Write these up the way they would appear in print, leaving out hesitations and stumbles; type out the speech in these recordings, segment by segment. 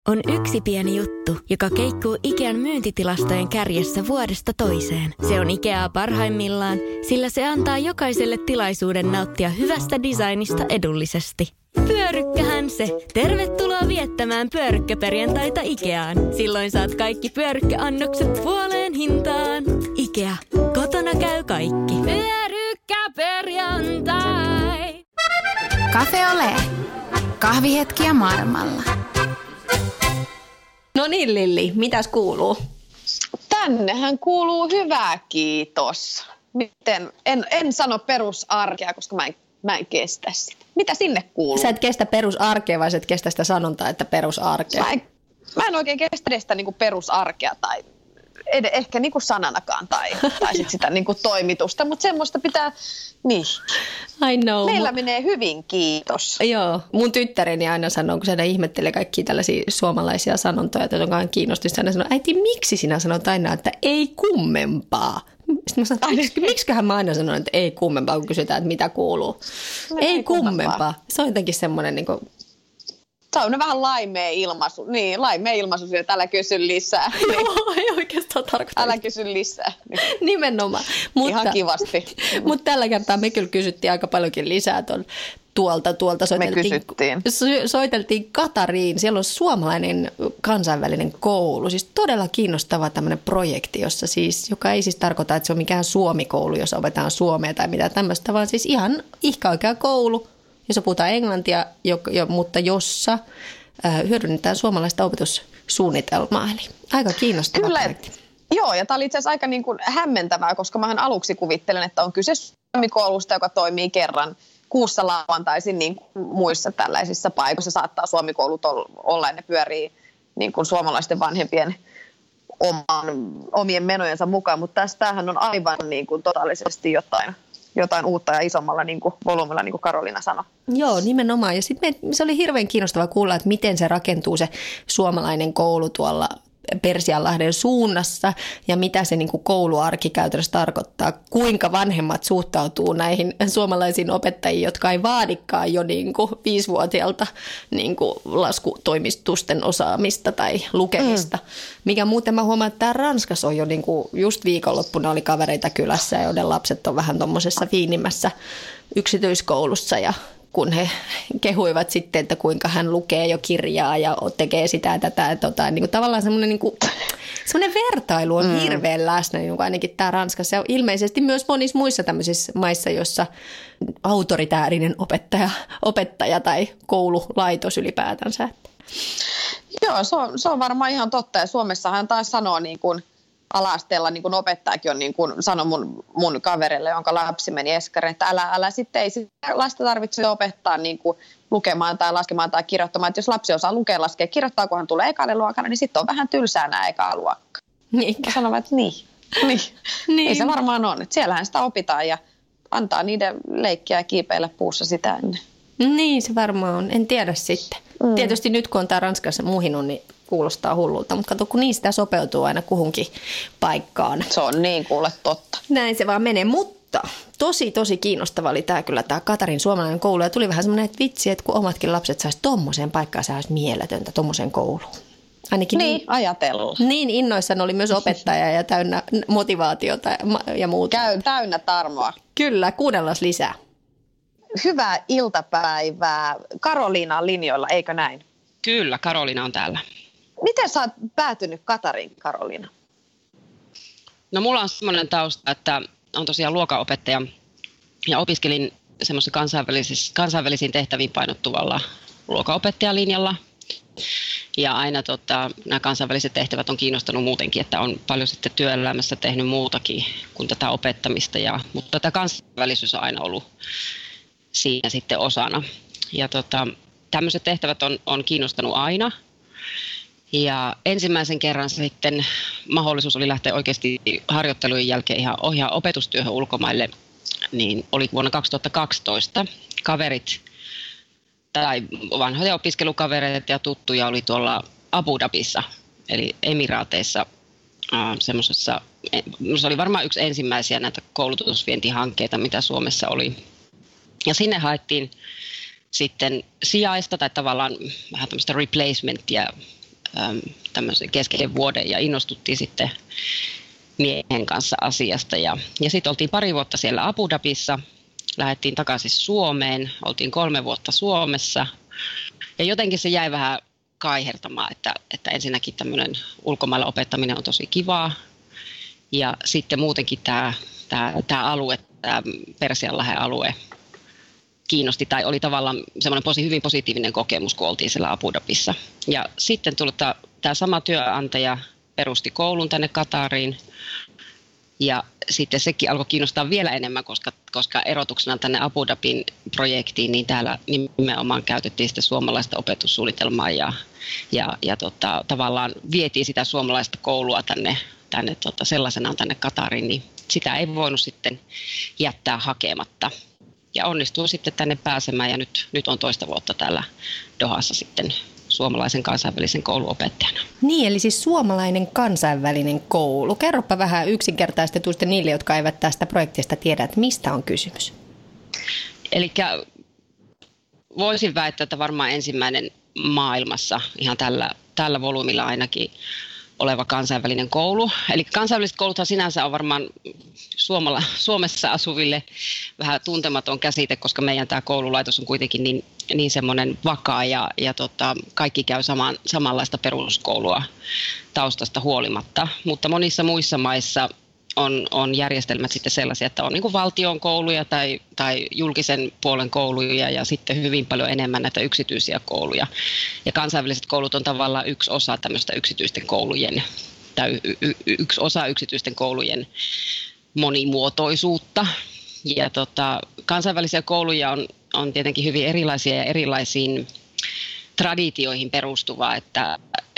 On yksi pieni juttu, joka keikkuu Ikean myyntitilastojen kärjessä vuodesta toiseen. Se on Ikeaa parhaimmillaan, sillä se antaa jokaiselle tilaisuuden nauttia hyvästä designista edullisesti. Pyörykkähän se! Tervetuloa viettämään pyörykkäperjantaita Ikeaan. Silloin saat kaikki pyörykkäannokset puoleen hintaan. Ikea. Kotona käy kaikki. Pyörykkäperjantai! Cafe Ole. Kahvihetkiä maailmalla. No niin, Lilli, mitäs kuuluu? Tännehän kuuluu hyvää, kiitos. En sano perusarkea, koska mä en kestä sitä. Mitä sinne kuuluu? Sä et kestä perusarkea, vai sä et kestä sitä sanontaa, että perusarkea? Mä en oikein kestä sitä niinku perusarkea tai ehkä niinku sananakaan tai sit sitä niinku toimitusta, mutta semmoista pitää, niin. I know. Meillä menee hyvin, kiitos. Joo, mun tyttäreni aina sanoo, kun se aina ihmettelee kaikkia tällaisia suomalaisia sanontoja, että onkaan kiinnostusta, aina sanoo, äiti, miksi sinä sanot aina, että ei kummempaa? Sitten mä sanon, miksiköhän mä aina sanon, että ei kummempaa, kun kysytään, että mitä kuuluu. Ei kummempaa. Se on jotenkin semmoinen niin kuin... Se on vähän laimea ilmaisu. Niin, laimea ilmaisu, että älä kysy lisää. Joo, ei oikeastaan tarkoita. Älä kysy lisää. Nimenomaan. Mutta, ihan kivasti. Mutta tällä kertaa me kyllä kysyttiin aika paljonkin lisää tuolta soiteltiin Qatariin. Siellä on suomalainen kansainvälinen koulu. Siis todella kiinnostava tämmöinen projekti, joka ei siis tarkoita, että se on mikään suomikoulu, jossa opetetaan suomea tai mitään tämmöistä, vaan siis ihan ihka-oikea koulu, jossa puhutaan englantia, mutta jossa hyödynnetään suomalaista opetussuunnitelmaa. Eli aika kiinnostava projekti. Joo, ja tämä oli itse asiassa aika niin kuin hämmentävää, koska mähän aluksi kuvittelen, että on kyse suomikoulusta, joka toimii kerran kuussa lauantaisin niin kuin muissa tällaisissa paikoissa. Saattaa suomikoulut olla ja ne pyörii niin kuin suomalaisten vanhempien omien menojensa mukaan, mutta tämähän on aivan niin kuin totaalisesti jotain uutta ja isommalla niin kuin volyymilla, niin kuin Karoliina sanoi. Joo, nimenomaan. Ja sitten se oli hirveän kiinnostava kuulla, että miten se rakentuu se suomalainen koulu tuolla Persianlahden suunnassa ja mitä se niin kuin kouluarki käytännössä tarkoittaa. Kuinka vanhemmat suhtautuu näihin suomalaisiin opettajiin, jotka ei vaadikaan jo niin kuin 5-vuotiaalta niin kuin laskutoimistusten osaamista tai lukemista. Mikä muuten mä huomaan, että tää Ranskassa on jo niin kuin just viikonloppuna oli kavereita kylässä, joiden lapset on vähän tuommoisessa fiinimmässä yksityiskoulussa ja kun he kehuivat sitten, että kuinka hän lukee jo kirjaa ja tekee sitä ja tätä. Niin kuin tavallaan semmoinen vertailu on hirveän läsnä, niin kuin ainakin tämä Ranskassa. Ja ilmeisesti myös monissa muissa tämmöisissä maissa, jossa autoritäärinen opettaja tai koululaitos ylipäätänsä. Joo, se on varmaan ihan totta. Ja Suomessahan taas sanoo niin kuin ala-asteella niin kuin opettajakin on niin kuin sanoi mun kaverille, jonka lapsi meni eskariin, että älä sitten, ei sitä lasta tarvitse opettaa niin kuin lukemaan tai laskemaan tai kirjoittamaan. Että jos lapsi osaa lukea, laskea, kirjoittaa, kun hän tulee ekalle luokana, niin sitten on vähän tylsää nämä ekaa luokkaa. Mä sanon, että niin. Ei se varmaan on. Että siellähän sitä opitaan ja antaa niiden leikkiä ja kiipeillä puussa sitä ennen. Niin se varmaan on. En tiedä sitten. Tietysti nyt kun on tämä Ranskassa muhinut, niin kuulostaa hullulta, mutta kato, kun niin sitä sopeutuu aina kuhunkin paikkaan. Se on niin kuule totta. Näin se vaan menee, mutta tosi kiinnostava oli tämä Qatarin suomalainen koulu. Ja tuli vähän semmoinen, että vitsi, että kun omatkin lapset saisi tommoseen paikkaan, se olisi mieletöntä tommoseen kouluun. Ainakin niin ajatella. Niin innoissaan oli myös opettaja ja täynnä motivaatiota ja muuta. Täynnä tarmoa. Kyllä, kuunnellaan lisää. Hyvää iltapäivää. Karoliina on linjoilla, eikö näin? Kyllä, Karoliina on täällä. Miten sä oot päätynyt Qatariin, Karoliina? No mulla on semmoinen tausta, että on tosiaan luokanopettaja ja opiskelin semmoisen kansainvälisiin tehtäviin painottuvalla luokanopettajalinjalla. Ja aina nämä kansainväliset tehtävät on kiinnostanut muutenkin, että on paljon sitten työelämässä tehnyt muutakin kuin tätä opettamista. Mutta tämä kansainvälisyys on aina ollut siinä sitten osana. Ja tämmöiset tehtävät on kiinnostanut aina. Ja ensimmäisen kerran sitten mahdollisuus oli lähteä oikeasti harjoittelujen jälkeen ihan ohjaa opetustyöhön ulkomaille, niin oli vuonna 2012. Kaverit tai vanhoja opiskelukavereita ja tuttuja oli tuolla Abu Dhabissa, eli Emiraateissa, semmoisessa, se oli varmaan yksi ensimmäisiä näitä koulutusvientihankkeita, mitä Suomessa oli. Ja sinne haettiin sitten sijaista tai tavallaan vähän tämmöistä replacementia tämmöisen kesken vuoden ja innostuttiin sitten miehen kanssa asiasta. Ja sitten oltiin 2 vuotta siellä Abu Dhabissa, lähdettiin takaisin Suomeen, oltiin 3 vuotta Suomessa ja jotenkin se jäi vähän kaihertamaan, että ensinnäkin tämmöinen ulkomailla opettaminen on tosi kivaa ja sitten muutenkin tämä alue, tämä Persianlahden alue kiinnosti tai oli tavallaan semmoinen hyvin positiivinen kokemus, kun oltiin siellä Abu Dhabissa. Ja sitten tuli tämä sama työnantaja perusti koulun tänne Katariin ja sitten sekin alkoi kiinnostaa vielä enemmän, koska erotuksena tänne Abu Dhabin projektiin, niin täällä nimenomaan käytettiin sitä suomalaista opetussuunnitelmaa ja tavallaan vietiin sitä suomalaista koulua tänne sellaisenaan tänne Katariin, niin sitä ei voinut sitten jättää hakematta. Ja onnistuu sitten tänne pääsemään ja nyt on 2 vuotta täällä Dohassa sitten suomalaisen kansainvälisen kouluopettajana. Niin, eli siis suomalainen kansainvälinen koulu. Kerropa vähän yksinkertaistetusti niille, jotka eivät tästä projektista tiedä, että mistä on kysymys. Eli voisin väittää, että varmaan ensimmäinen maailmassa ihan tällä volyymilla ainakin oleva kansainvälinen koulu. Eli kansainväliset kouluthan sinänsä on varmaan Suomessa asuville vähän tuntematon käsite, koska meidän tämä koululaitos on kuitenkin niin semmoinen vakaa ja kaikki käy samanlaista peruskoulua taustasta huolimatta. Mutta monissa muissa maissa on järjestelmät sitten sellaisia, että on niin kuin valtion kouluja tai julkisen puolen kouluja ja sitten hyvin paljon enemmän näitä yksityisiä kouluja. Ja kansainväliset koulut on tavallaan yksi osa tämmöistä yksityisten koulujen tai yksi osa yksityisten koulujen monimuotoisuutta. Ja kansainvälisiä kouluja on tietenkin hyvin erilaisia ja erilaisiin traditioihin perustuvaa, että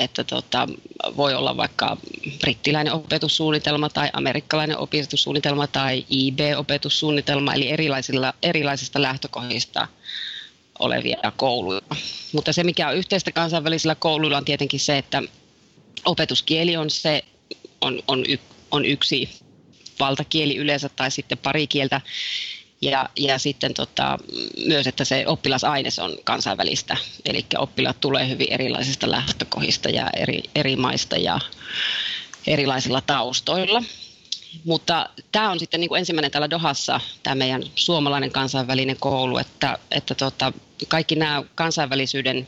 voi olla vaikka brittiläinen opetussuunnitelma tai amerikkalainen opetussuunnitelma tai IB-opetussuunnitelma, eli erilaisista lähtökohdista olevia kouluja. Mutta se, mikä on yhteistä kansainvälisillä kouluilla, on tietenkin se, että opetuskieli on yksi valtakieli yleensä tai sitten pari kieltä. Ja sitten myös, että se oppilasaines on kansainvälistä, eli oppilaat tulee hyvin erilaisista lähtökohdista ja eri maista ja erilaisilla taustoilla. Mutta tämä on sitten niin kuin ensimmäinen täällä Dohassa, tämä meidän suomalainen kansainvälinen koulu, että kaikki nämä kansainvälisyyden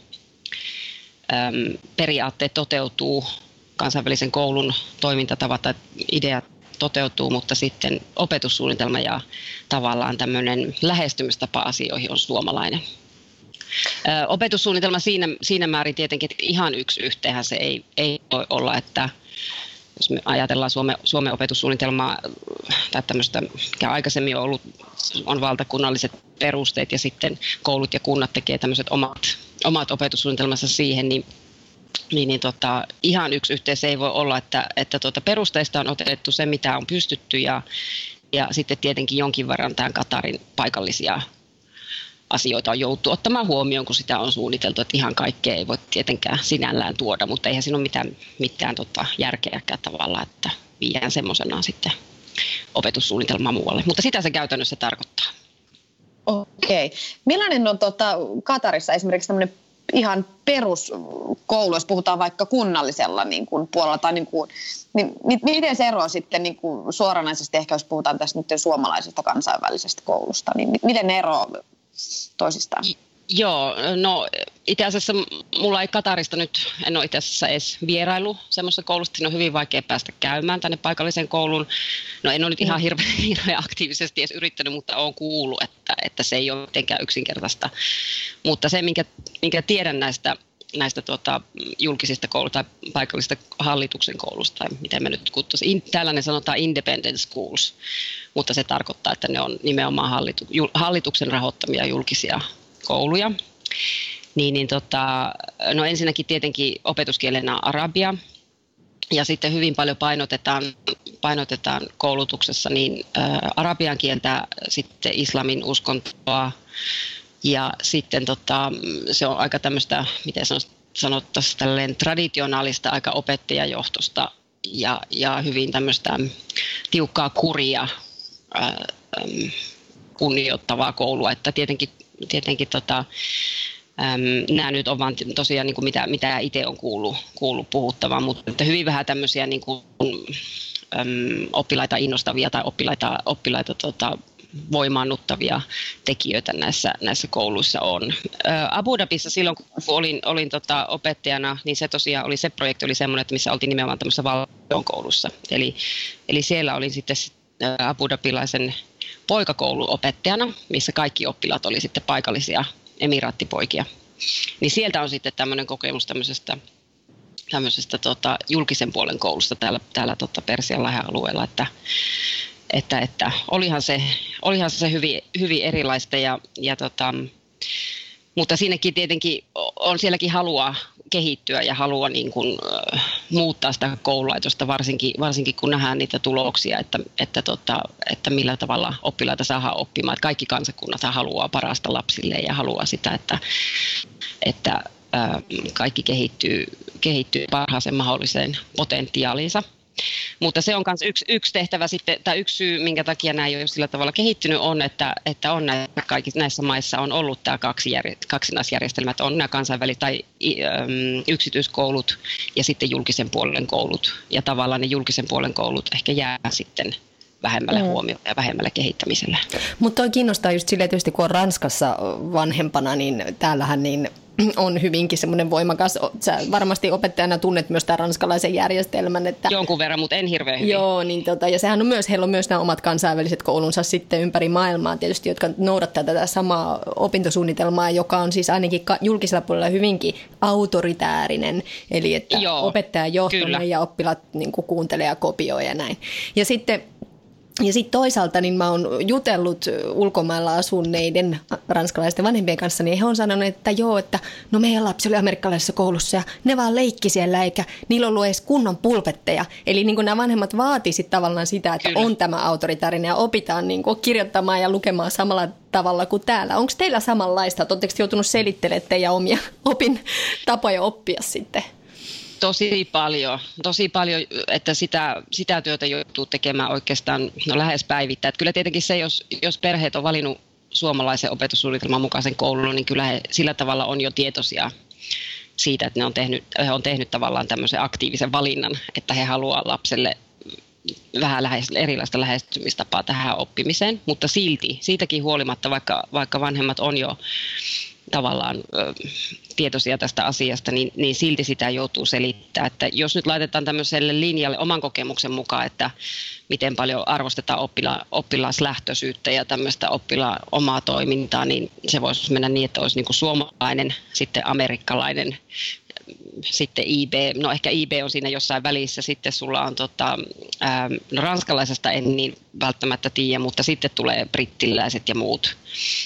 periaatteet toteutuu, kansainvälisen koulun toimintatavat tai ideat toteutuu, mutta sitten opetussuunnitelma ja tavallaan tämmöinen lähestymistapa asioihin on suomalainen. Opetussuunnitelma siinä määrin tietenkin, että ihan yksi yhteenhän se ei voi olla, että jos me ajatellaan Suomen opetussuunnitelmaa tai tämmöistä, mikä aikaisemmin on valtakunnalliset perusteet ja sitten koulut ja kunnat tekee tämmöiset omat opetussuunnitelmansa siihen, niin ihan yksi yhteen se ei voi olla, että perusteista on otettu se, mitä on pystytty ja sitten tietenkin jonkin verran tämän Katarin paikallisia asioita on joutu ottamaan huomioon, kun sitä on suunniteltu, että ihan kaikkea ei voi tietenkään sinällään tuoda, mutta eihän siinä ole mitään järkeäkään tavalla, että viedään semmoisenaan sitten opetussuunnitelmaa muualle, mutta sitä se käytännössä tarkoittaa. Okei. Millainen on Katarissa esimerkiksi tämmöinen ihan peruskoulu, jos puhutaan vaikka kunnallisella niin kuin puolella, tai niin miten se eroaa sitten niin kuin suoranaisesti, ehkä jos puhutaan tästä nyt suomalaisesta kansainvälisestä koulusta, niin miten ne eroaa toisistaan? Joo, no itse asiassa mulla ei Katarista nyt, en ole itse asiassa edes vierailu semmoista koulusta, siinä on hyvin vaikea päästä käymään tänne paikalliseen kouluun. No en ole nyt ihan hirveän aktiivisesti edes yrittänyt, mutta olen kuullut, että se ei ole mitenkään yksinkertaista. Mutta se, minkä tiedän näistä julkisista kouluista tai paikallisista hallituksen koulusta, tai miten me nyt kutsutaan, täällä ne sanotaan independent schools, mutta se tarkoittaa, että ne on nimenomaan hallituksen rahoittamia julkisia kouluja. No ensinnäkin tietenkin opetuskielenä arabia ja sitten hyvin paljon painotetaan koulutuksessa niin arabian kieltä, sitten islamin uskontoa ja sitten se on aika tämmöistä, miten sanottaisiin tälleen traditionaalista aika opettajajohtosta ja hyvin tämmöistä tiukkaa kuria kunnioittavaa koulua, että tietenkin Nämä nyt on vaan tosiaan niin kuin mitä itse on kuullut puhuttavan, mutta hyvin vähän tämmöisiä niin kuin, oppilaita innostavia tai oppilaita voimaannuttavia tekijöitä näissä kouluissa on. Abu Dhabissa silloin, kun olin opettajana, niin se tosiaan se projekti oli semmoinen, että missä oltiin nimenomaan tämmöisessä valtion koulussa. Eli siellä olin sitten Abu Dhabilaisen poikakouluopettajana, missä kaikki oppilaat oli sitten paikallisia emiraattipoikia. Niin sieltä on sitten tämmöinen kokemus tämmöisestä julkisen puolen koulusta täällä Persianlahden alueella, että olihan se hyvin erilaista mutta siinäkin tietenkin on sielläkin halua kehittyä ja halua niin kuin, muuttaa sitä koululaitosta, varsinkin kun nähdään niitä tuloksia, että millä tavalla oppilaita saadaan oppimaan. Että kaikki kansakunnat haluaa parasta lapsille ja haluaa sitä, että kaikki kehittyy parhaaseen mahdolliseen potentiaaliinsa. Mutta se on myös yksi tehtävä sitten, tai yksi syy, minkä takia nämä ei ole sillä tavalla kehittynyt, on, että on näissä maissa on ollut tämä kaksinaisjärjestelmä, että on nämä kansainväliset tai yksityiskoulut ja sitten julkisen puolen koulut. Ja tavallaan ne julkisen puolen koulut ehkä jää sitten vähemmälle huomioon ja vähemmälle kehittämiselle. Mutta toi kiinnostaa just silleen, tietysti kun on Ranskassa vanhempana, niin täällähän niin on hyvinkin semmoinen voimakas. Sä varmasti opettajana tunnet myös tämän ranskalaisen järjestelmän. Että jonkun verran, mutta en hirveän hyvin. Joo, niin ja sehän on myös, heillä on myös nämä omat kansainväliset koulunsa sitten ympäri maailmaa tietysti, jotka noudattaa tätä samaa opintosuunnitelmaa, joka on siis ainakin julkisella puolella hyvinkin autoritäärinen, eli että opettaja johtoinen ja oppilaat niin kuin kuuntelee ja kopioi ja näin. Ja sitten toisaalta niin mä oon jutellut ulkomailla asuneiden ranskalaisten vanhempien kanssa, niin he on sanonut, että no meidän lapsi oli amerikkalaisessa koulussa ja ne vaan leikki siellä, eikä niillä ollut edes kunnon pulpetteja. Eli niin kuin nämä vanhemmat vaatisivat tavallaan sitä, että on tämä autoritäärinen ja opitaan niin kuin kirjoittamaan ja lukemaan samalla tavalla kuin täällä. Onko teillä samanlaista? Oletteko joutunut selittelemään teidän omia tapoja oppia sitten? Tosi paljon, että sitä työtä joutuu tekemään oikeastaan lähes päivittäin. Että kyllä tietenkin se, jos perheet on valinnut suomalaisen opetussuunnitelman mukaisen koulun, niin kyllä he sillä tavalla on jo tietoisia siitä, että he on tehnyt tavallaan tämmöisen aktiivisen valinnan, että he haluaa lapselle vähän erilaista lähestymistapaa tähän oppimiseen, mutta siitäkin huolimatta, vaikka vanhemmat on jo tavallaan tietoisia tästä asiasta, niin silti sitä joutuu selittämään. Että jos nyt laitetaan tämmöiselle linjalle oman kokemuksen mukaan, että miten paljon arvostetaan oppilaslähtöisyyttä ja tämmöistä oppilaan omaa toimintaa, niin se voisi mennä niin, että olisi niin kuin suomalainen, sitten amerikkalainen, sitten IB, no ehkä IB on siinä jossain välissä, sitten sulla on ranskalaisesta en niin välttämättä tiedä, mutta sitten tulee brittiläiset ja muut,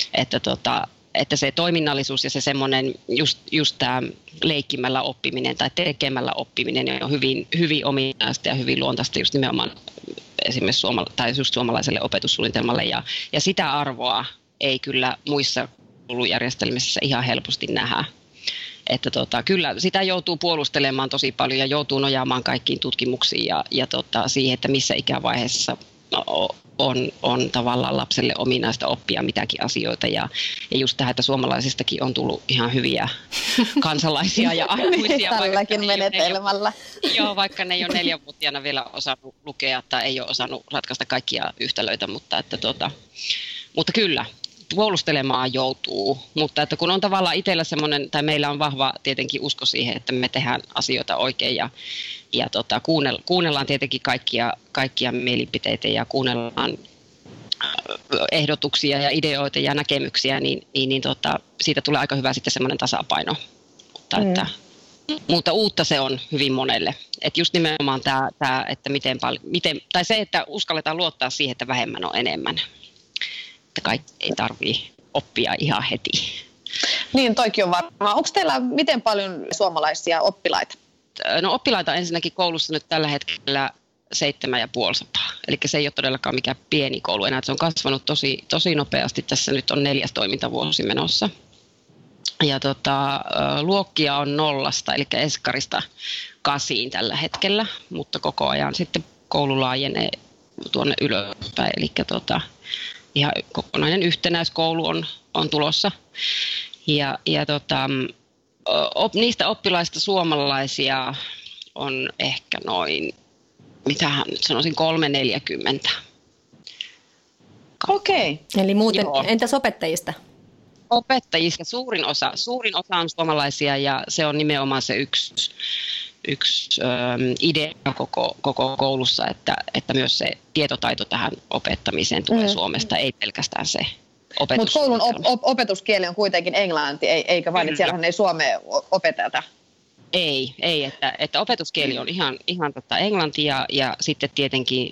että se toiminnallisuus ja se semmoinen just tämä leikkimällä oppiminen tai tekemällä oppiminen on hyvin, hyvin ominaista ja hyvin luontaista just nimenomaan esimerkiksi just suomalaiselle opetussuunnitelmalle ja sitä arvoa ei kyllä muissa koulujärjestelmissä ihan helposti nähdä. Että kyllä sitä joutuu puolustelemaan tosi paljon ja joutuu nojaamaan kaikkiin tutkimuksiin ja siihen, että missä ikävaiheessa on tavallaan lapselle ominaista oppia mitäkin asioita ja just tähän, että suomalaisistakin on tullut ihan hyviä kansalaisia ja aikuisia. Tälläkin menetelmällä. Joo, vaikka ne ei ole 4-vuotiaana vielä osannut lukea tai ei ole osannut ratkaista kaikkia yhtälöitä, mutta kyllä. Puolustelemaan joutuu, mutta että kun on tavallaan itsellä semmoinen, tai meillä on vahva tietenkin usko siihen, että me tehdään asioita oikein ja kuunnellaan tietenkin kaikkia mielipiteitä ja kuunnellaan ehdotuksia ja ideoita ja näkemyksiä, niin siitä tulee aika hyvä sitten semmoinen tasapaino. Mutta uutta se on hyvin monelle. Että just nimenomaan tämä että tai se, että uskalletaan luottaa siihen, että vähemmän on enemmän. Että kaikki ei tarvitse oppia ihan heti. Niin, toikin on varmaan. Onko teillä miten paljon suomalaisia oppilaita? No oppilaita ensinnäkin koulussa nyt tällä hetkellä 750. Eli se ei ole todellakaan mikään pieni koulu enää. Se on kasvanut tosi nopeasti. Tässä nyt on 4. toimintavuosi menossa. Ja luokkia on 0, eli eskarista 8 tällä hetkellä, mutta koko ajan sitten koulu laajenee tuonne ylöspäin. Eli ihan kokonainen yhtenäiskoulu on tulossa. Niistä oppilaista suomalaisia on ehkä noin, mitähän nyt sanoisin, 340. Okei. Eli muuten, Joo. entäs opettajista? Opettajista suurin osa on suomalaisia ja se on nimenomaan se yksi idea koko koulussa, että myös se tietotaito tähän opettamiseen tulee Suomesta, ei pelkästään se opetus. Mutta koulun opetuskieli on kuitenkin englanti, eikä vain, että siellähän ei suomea opeteta. Ei, että opetuskieli on ihan englantia ja sitten tietenkin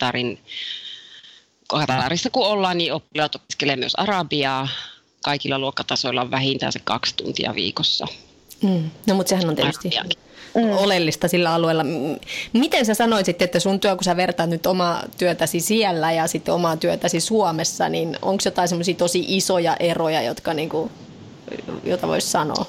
Katarissa kun ollaan, niin oppilaat opiskelee myös arabiaa. Kaikilla luokkatasoilla on vähintään se 2 tuntia viikossa. No mutta sehän on tietysti oleellista sillä alueella. Miten sä sanoisit, että sun työ, kun sä vertaat nyt omaa työtäsi siellä ja sitten omaa työtäsi Suomessa, niin onko jotain semmoisia tosi isoja eroja, jota voisi sanoa?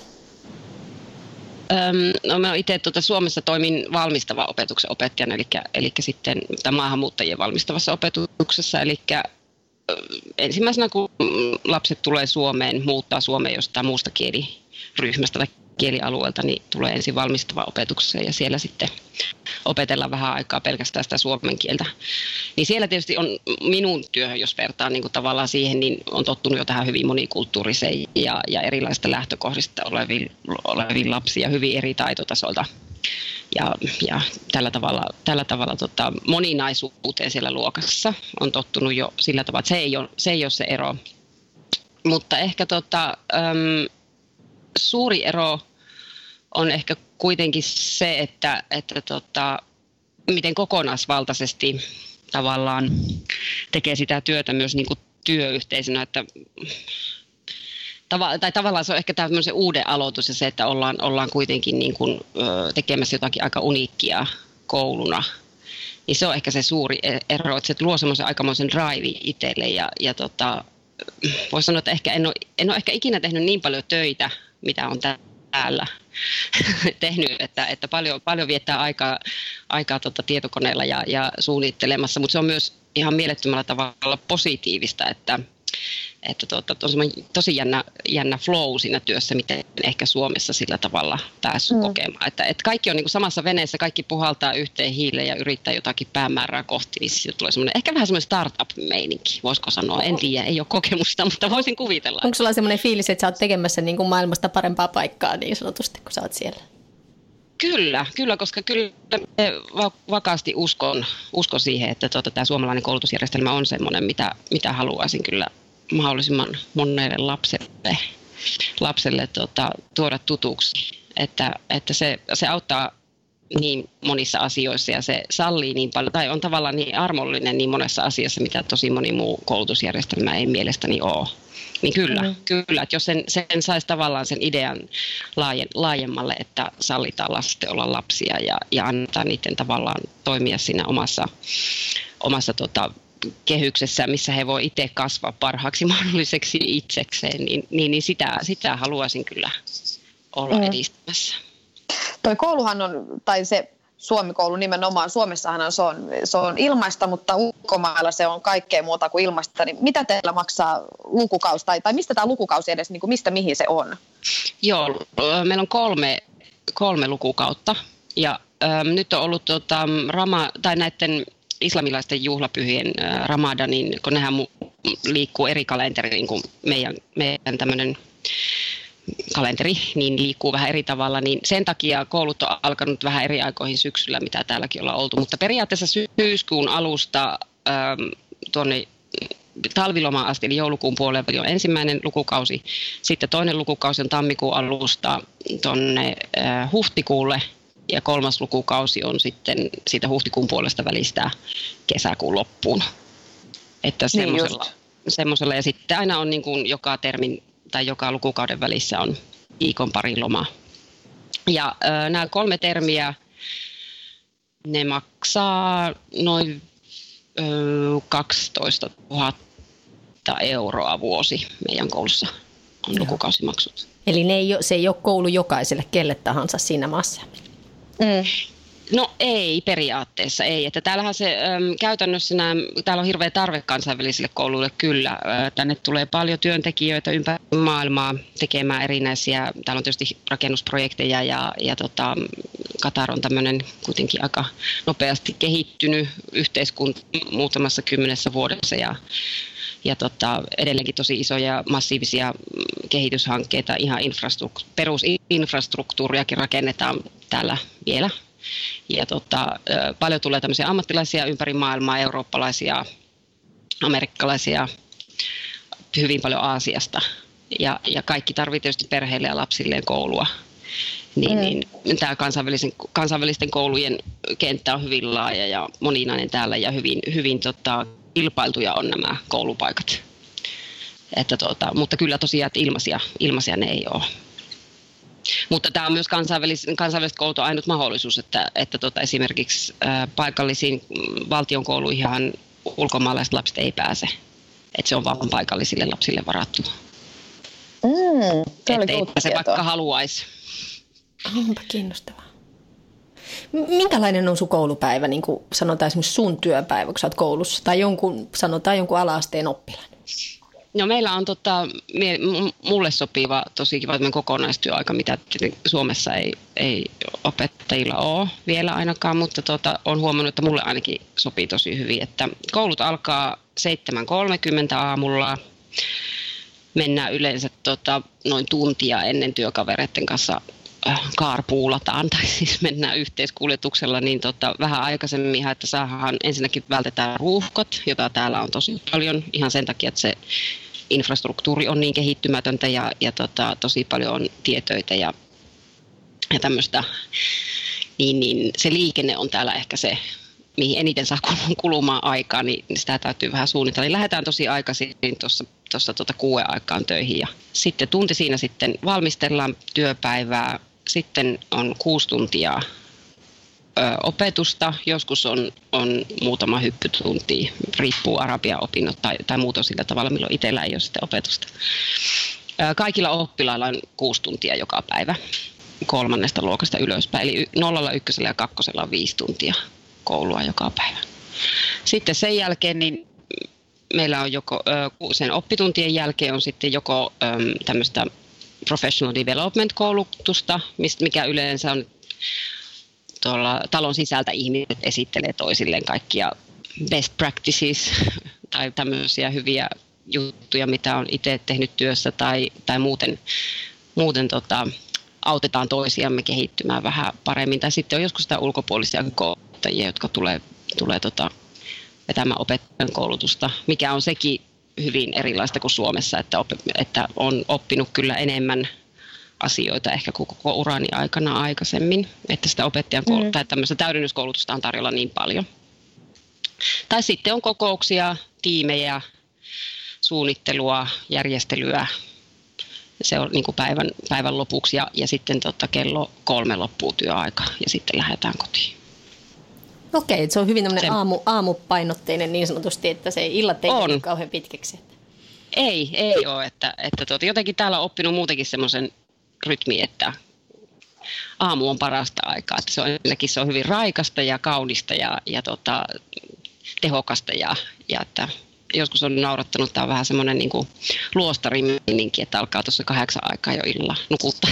No mä itse Suomessa toimin valmistava opetuksen opettajana, eli sitten maahanmuuttajien valmistavassa opetuksessa, eli ensimmäisenä kun lapset tulee Suomeen, muuttaa Suomeen jostain muusta kieliryhmästä tai kielialueelta, niin tulee ensin valmistava opetukseen ja siellä sitten opetellaan vähän aikaa pelkästään sitä suomen kieltä. Niin siellä tietysti on minun työhön, jos vertaan niin kuin tavallaan siihen, niin on tottunut jo tähän hyvin monikulttuuriseen ja erilaisista lähtökohdista oleviin lapsia hyvin eri taitotasolta. Ja tällä tavalla moninaisuuteen siellä luokassa on tottunut jo sillä tavalla, että se ei ole se ero. Mutta ehkä suuri ero on ehkä kuitenkin se, että miten kokonaisvaltaisesti tavallaan tekee sitä työtä myös niin kuin työyhteisönä, että tavallaan se on ehkä tämmöisen uuden aloitus ja se, että ollaan kuitenkin niin kuin tekemässä jotakin aika uniikkia kouluna. Niin se on ehkä se suuri ero, että se luo semmoisen aikamoisen drive itselle ja voisi sanoa, että en ole ehkä ikinä tehnyt niin paljon töitä, mitä on täällä tehnyt, että paljon viettää aikaa tietokoneella ja suunnittelemassa, mutta se on myös ihan mielettömällä tavalla positiivista, että on semmoinen tosi jännä flow siinä työssä, miten ehkä Suomessa sillä tavalla päässyt kokemaan. Että kaikki on niin kuin samassa veneessä, kaikki puhaltaa yhteen hiileen ja yrittää jotakin päämäärää kohti, niin siitä tulee semmoinen, ehkä vähän semmoinen startup-meininki, voisiko sanoa. En tiedä, ei ole kokemusta, mutta voisin kuvitella. Onko sulla semmoinen fiilis, että sä oot tekemässä niin kuin maailmasta parempaa paikkaa niin sanotusti, kun sä oot siellä? Kyllä, koska kyllä vakaasti uskon siihen, että tämä suomalainen koulutusjärjestelmä on semmoinen, mitä haluaisin kyllä mahdollisimman monelle lapselle tuoda tutuksi, että se auttaa niin monissa asioissa ja se sallii niin paljon, tai on tavallaan niin armollinen niin monessa asiassa, mitä tosi moni muu koulutusjärjestelmä ei mielestäni ole. Niin kyllä, että jos sen saisi tavallaan sen idean laajemmalle, että sallitaan lasten olla lapsia ja annetaan niiden tavallaan toimia siinä omassa kehyksessä, missä he voi itse kasvaa parhaaksi mahdolliseksi itsekseen, niin sitä haluaisin kyllä olla edistämässä. Toi kouluhan on, tai se Suomi-koulu nimenomaan, Suomessahan se on ilmaista, mutta ulkomailla se on kaikkea muuta kuin ilmaista. Niin mitä teillä maksaa lukukausi, tai mistä tämä lukukausi edes, niin kuin mistä mihin se on? Joo, meillä on kolme lukukautta, ja nyt on ollut näiden islamilaisten juhlapyhien Ramadanin, kun nehän liikkuu eri kalenteriin kuin meidän tämmöinen kalenteri, niin liikkuu vähän eri tavalla, niin sen takia koulut on alkanut vähän eri aikoihin syksyllä, mitä täälläkin ollaan oltu, mutta periaatteessa syyskuun alusta tuonne talvilomaan asti, eli joulukuun puolella on ensimmäinen lukukausi, sitten toinen lukukausi on tammikuun alusta tuonne huhtikuulle, ja 3. lukukausi on sitten siitä huhtikuun puolesta välistä kesäkuun loppuun. Että semmoisella. Ja sitten aina on niin kuin joka termin tai joka lukukauden välissä on viikon pari lomaa. Ja nämä 3 termiä, ne maksaa noin 12 000 euroa vuosi meidän koulussa on lukukausimaksut. Eli se ei ole koulu jokaiselle, kelle tahansa siinä maassa. No ei periaatteessa, ei. Että täällähän se käytännössä täällä on hirveä tarve kansainvälisille kouluille kyllä. Tänne tulee paljon työntekijöitä ympäri maailmaa tekemään erinäisiä, täällä on tietysti rakennusprojekteja ja Katar on tämmöinen kuitenkin aika nopeasti kehittynyt yhteiskunta muutamassa 10 vuodessa ja edelleenkin tosi isoja massiivisia kehityshankkeita, ihan perusinfrastruktuuriakin rakennetaan täällä vielä. Ja paljon tulee tämmöisiä ammattilaisia ympäri maailmaa, eurooppalaisia, amerikkalaisia, hyvin paljon Aasiasta. Ja kaikki tarvitsee tietysti perheille ja lapsilleen koulua. Niin tämä kansainvälisten koulujen kenttä on hyvin laaja ja moninainen täällä ja hyvin kilpailtuja on nämä koulupaikat. Mutta kyllä tosiaan, että ilmaisia ne ei ole. Mutta tämä on myös kansainväliset koulut on ainut mahdollisuus, että esimerkiksi paikallisiin valtion kouluihin ulkomaalaiset lapset ei pääse. Että se on vain paikallisille lapsille varattu. Että ei se vaikka haluaisi. Onpa kiinnostavaa. Minkälainen on sun koulupäivä, niin kuin sanotaan esimerkiksi sun työpäivä, kun sä oot koulussa, tai sanotaan jonkun ala-asteen oppilaan? No meillä on mulle sopiva tosi kiva kokonaistyöaika, mitä Suomessa ei opettajilla ole vielä ainakaan, mutta olen huomannut, että mulle ainakin sopii tosi hyvin, että koulut alkaa 7:30 aamulla. Mennään yleensä noin tuntia ennen työkavereiden kanssa carpoolataan, tai siis mennään yhteiskuljetuksella, niin vähän aikaisemmin, että ensinnäkin vältetään ruuhkot, jota täällä on tosi paljon, ihan sen takia, että se infrastruktuuri on niin kehittymätöntä ja tosi paljon on tietöitä ja tämmöistä, niin se liikenne on täällä ehkä se, mihin eniten saa kulumaan aikaa, niin sitä täytyy vähän suunnitella. Niin lähdetään tosi aikaisin tuossa 6 aikaan töihin ja sitten tunti siinä sitten valmistellaan työpäivää. Sitten on 6 tuntia opetusta, joskus on muutama hyppytunti, riippuu arabian opinnot tai muuta sillä tavalla, milloin itsellä ei ole sitten opetusta. Kaikilla oppilailla on 6 tuntia joka päivä 3. luokasta ylöspäin, eli 0, 1 ja 2 on 5 tuntia koulua joka päivä. Sitten sen jälkeen niin meillä on sen oppituntien jälkeen on sitten joko tämmöistä professional development-koulutusta, mikä yleensä on tuolla talon sisältä ihmiset esittelee toisilleen kaikkia best practices tai tämmöisiä hyviä juttuja, mitä on itse tehnyt työssä tai muuten autetaan toisiamme kehittymään vähän paremmin. Tai sitten on joskus sitä ulkopuolisia kouluttajia, jotka tulee vetämään opettajan koulutusta, mikä on sekin hyvin erilaista kuin Suomessa, että on oppinut kyllä enemmän asioita ehkä kuin koko urani aikana aikaisemmin, että sitä opettajan tai tämmöistä täydennyskoulutusta on tarjolla niin paljon. Tai sitten on kokouksia, tiimejä, suunnittelua, järjestelyä. Se on niin kuin päivän lopuksi ja sitten kello 3 loppuu työaika ja sitten lähdetään kotiin. Okei, se on hyvin tämmöinen aamupainotteinen niin sanotusti, että se illat ei ole kauhean pitkäksi. Ei ole, että jotenkin täällä on oppinut muutenkin semmoisen rytmi, että aamu on parasta aikaa. Että se on hyvin raikasta ja kaunista ja tehokasta ja että joskus on naurattanut, tämä on vähän semmoinen niin kuin luostarimeninki, että alkaa tuossa 8 aikaa jo illalla nukuttaa.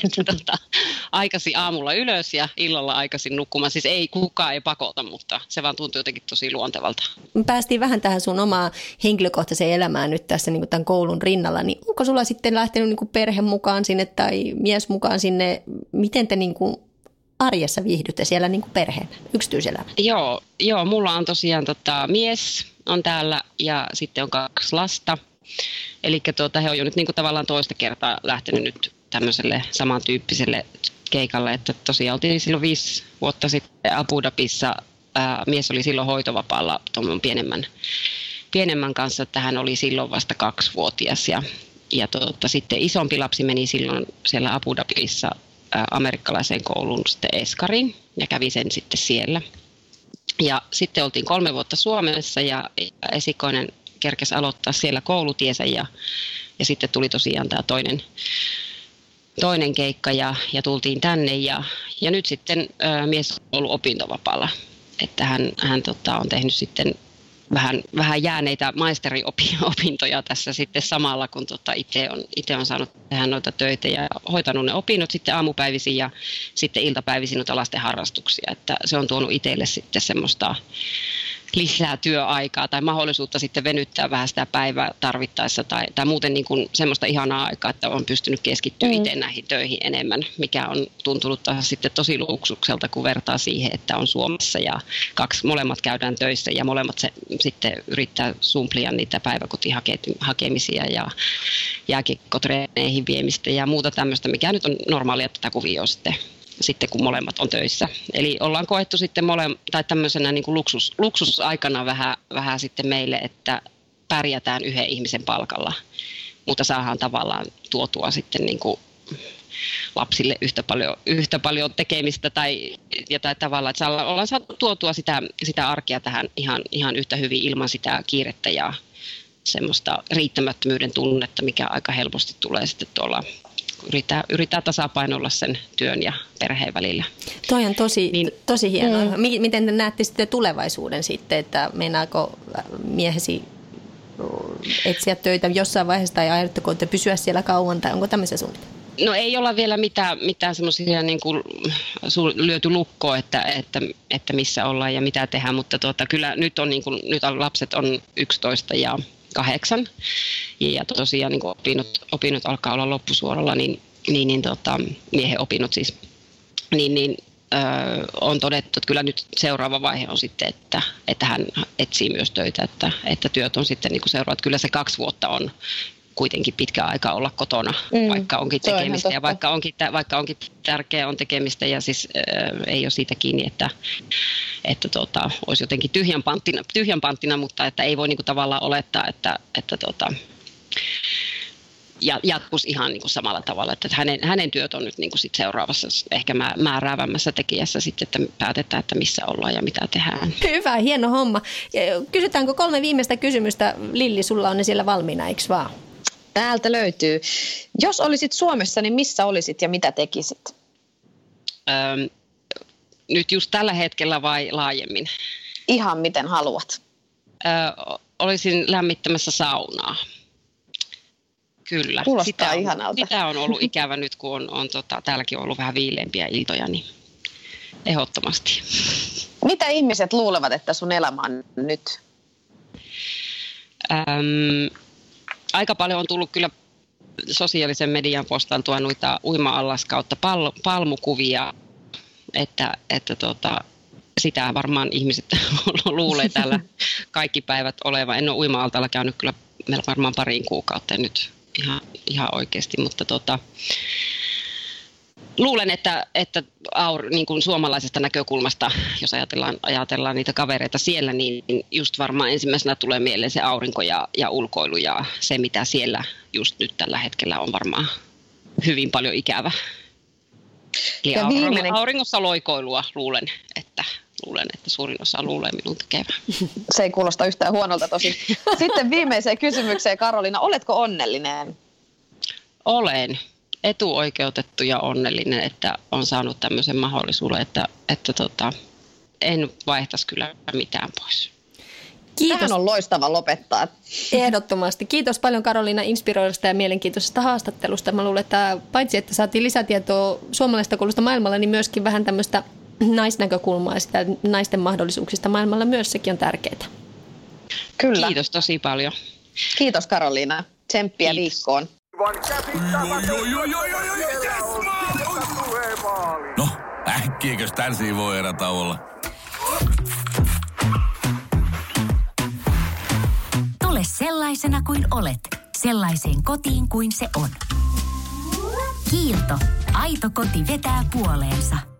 Aikaisin aamulla ylös ja illalla aikaisin nukkumaan. Siis kukaan ei pakota, mutta se vaan tuntuu jotenkin tosi luontevalta. Me päästiin vähän tähän sun omaa henkilökohtaiseen elämään nyt tässä niin kuin tämän koulun rinnalla. Niin onko sulla sitten lähtenyt niin kuin perhe mukaan sinne tai mies mukaan sinne? Miten te niin kuin arjessa viihdytte siellä niin kuin perheen yksityiselämän? Joo, mulla on tosiaan mies on täällä ja sitten on 2 lasta. Eli he on jo nyt niin kuin tavallaan toista kertaa lähtenyt nyt tämmöiselle samantyyppiselle keikalle, että tosiaan oltiin silloin 5 vuotta sitten Abu Dhabissa. Mies oli silloin hoitovapaalla tuon pienemmän kanssa, että hän oli silloin vasta 2-vuotias ja sitten isompi lapsi meni silloin siellä Abu Dhabissa amerikkalaiseen kouluun sitten Eskariin ja kävi sen sitten siellä. Ja sitten oltiin 3 vuotta Suomessa ja esikoinen kerkesi aloittaa siellä koulutiensä ja sitten tuli tosiaan tämä toinen keikka ja tultiin tänne ja nyt sitten mies on ollut opintovapaalla, että hän on tehnyt sitten vähän jääneitä maisteriopintoja tässä sitten samalla, kun itse on saanut tehdä noita töitä ja hoitanut ne opinnot sitten aamupäivisin ja sitten iltapäivisin noita lasten harrastuksia, että se on tuonut itselle sitten semmoista lisää työaikaa tai mahdollisuutta sitten venyttää vähän sitä päivää tarvittaessa tai muuten niin kuin semmoista ihanaa aikaa, että on pystynyt keskittyä itse näihin töihin enemmän, mikä on tuntunut taas sitten tosi luksukselta, kun vertaa siihen, että on Suomessa ja molemmat käydään töissä ja molemmat sitten yrittää sumplia niitä päiväkotihakemisia ja jääkiekkotreeneihin viemistä ja muuta tämmöistä, mikä nyt on normaalia tätä kuvioa sitten kun molemmat on töissä. Eli ollaan koettu sitten tai tämmöisenä niin kuin luksusaikana vähän sitten meille, että pärjätään yhden ihmisen palkalla, mutta saadaan tavallaan tuotua sitten niin kuin lapsille yhtä paljon tekemistä tai tavallaan, että ollaan saatu tuotua sitä arkea tähän ihan yhtä hyvin ilman sitä kiirettä ja semmoista riittämättömyyden tunnetta, mikä aika helposti tulee sitten tuolla yrittää tasapainoilla sen työn ja perheen välillä. Toi on tosi hienoa. Miten te näette sitten tulevaisuuden sitten, että meinaako miehesi etsiä töitä jossain vaiheessa tai ajatteko te pysyä siellä kauan tai onko tämmöisiä suunnitelmia? No ei olla vielä mitään semmoisia niin kuin lyöty lukkoa, että missä ollaan ja mitä tehdään, mutta kyllä nyt lapset on 11 ja 8 ja tosiaan niin opinnot alkaa olla loppusuoralla, niin miehen opinnot siis, on todettu, että kyllä nyt seuraava vaihe on sitten, että hän etsii myös töitä, että työt on sitten niin kuin seuraavat. Kyllä se 2 vuotta on kuitenkin pitkä aika olla kotona, vaikka onkin tekemistä ja vaikka onkin tärkeää on tekemistä ja siis ei ole siitä kiinni, että olisi jotenkin tyhjän panttina, mutta että ei voi niinku tavallaan olettaa, että jatkuisi ihan niinku samalla tavalla, että hänen työt on nyt niinku sit seuraavassa ehkä määräävämmässä tekijässä sitten, että päätetään, että missä ollaan ja mitä tehdään. Hyvä, hieno homma. Kysytäänkö 3 viimeistä kysymystä? Lilli, sulla on ne siellä valmiina, eikö vaan? Täältä löytyy. Jos olisit Suomessa, niin missä olisit ja mitä tekisit? Nyt just tällä hetkellä vai laajemmin? Ihan miten haluat. Olisin lämmittämässä saunaa. Kyllä. Kuulostaa ihanalta. Sitä on ollut ikävä nyt, kun on täälläkin ollut vähän viileämpiä iltoja, niin ehdottomasti. Mitä ihmiset luulevat, että sun elämä on nyt? Aika paljon on tullut kyllä sosiaalisen median postailtua noita uima-allas kautta palmukuvia, että sitä varmaan ihmiset luulee täällä kaikki päivät olevan. En ole uima-altalla käynyt kyllä meillä varmaan 2 kuukautta nyt ihan oikeasti, mutta luulen, että niin kuin suomalaisesta näkökulmasta, jos ajatellaan niitä kavereita siellä, niin just varmaan ensimmäisenä tulee mieleen se aurinko ja ulkoilu ja se, mitä siellä just nyt tällä hetkellä on varmaan hyvin paljon ikävä. Eli auringossa loikoilua luulen, että suurin osa luulee minun tekevän. Se ei kuulosta yhtään huonolta tosi. Sitten viimeiseen kysymykseen, Karoliina. Oletko onnellinen? Olen etuoikeutettu ja onnellinen, että on saanut tämmöisen mahdollisuuden, että en vaihtaisi kyllä mitään pois. Kiitos. Tähän on loistava lopettaa. Ehdottomasti. Kiitos paljon Karoliina inspiroivasta ja mielenkiintoisesta haastattelusta. Mä luulen, että paitsi että saatiin lisätietoa suomalaisesta koulusta maailmalla, niin myöskin vähän tämmöistä naisnäkökulmaa ja sitä naisten mahdollisuuksista maailmalla myös sekin on tärkeää. Kyllä. Kiitos tosi paljon. Kiitos Karoliina. Tsemppiä viikkoon. No, äkkiäkös tän voi erätä olla? Tule sellaisena kuin olet, sellaiseen kotiin kuin se on. Kiilto. Aito koti vetää puoleensa.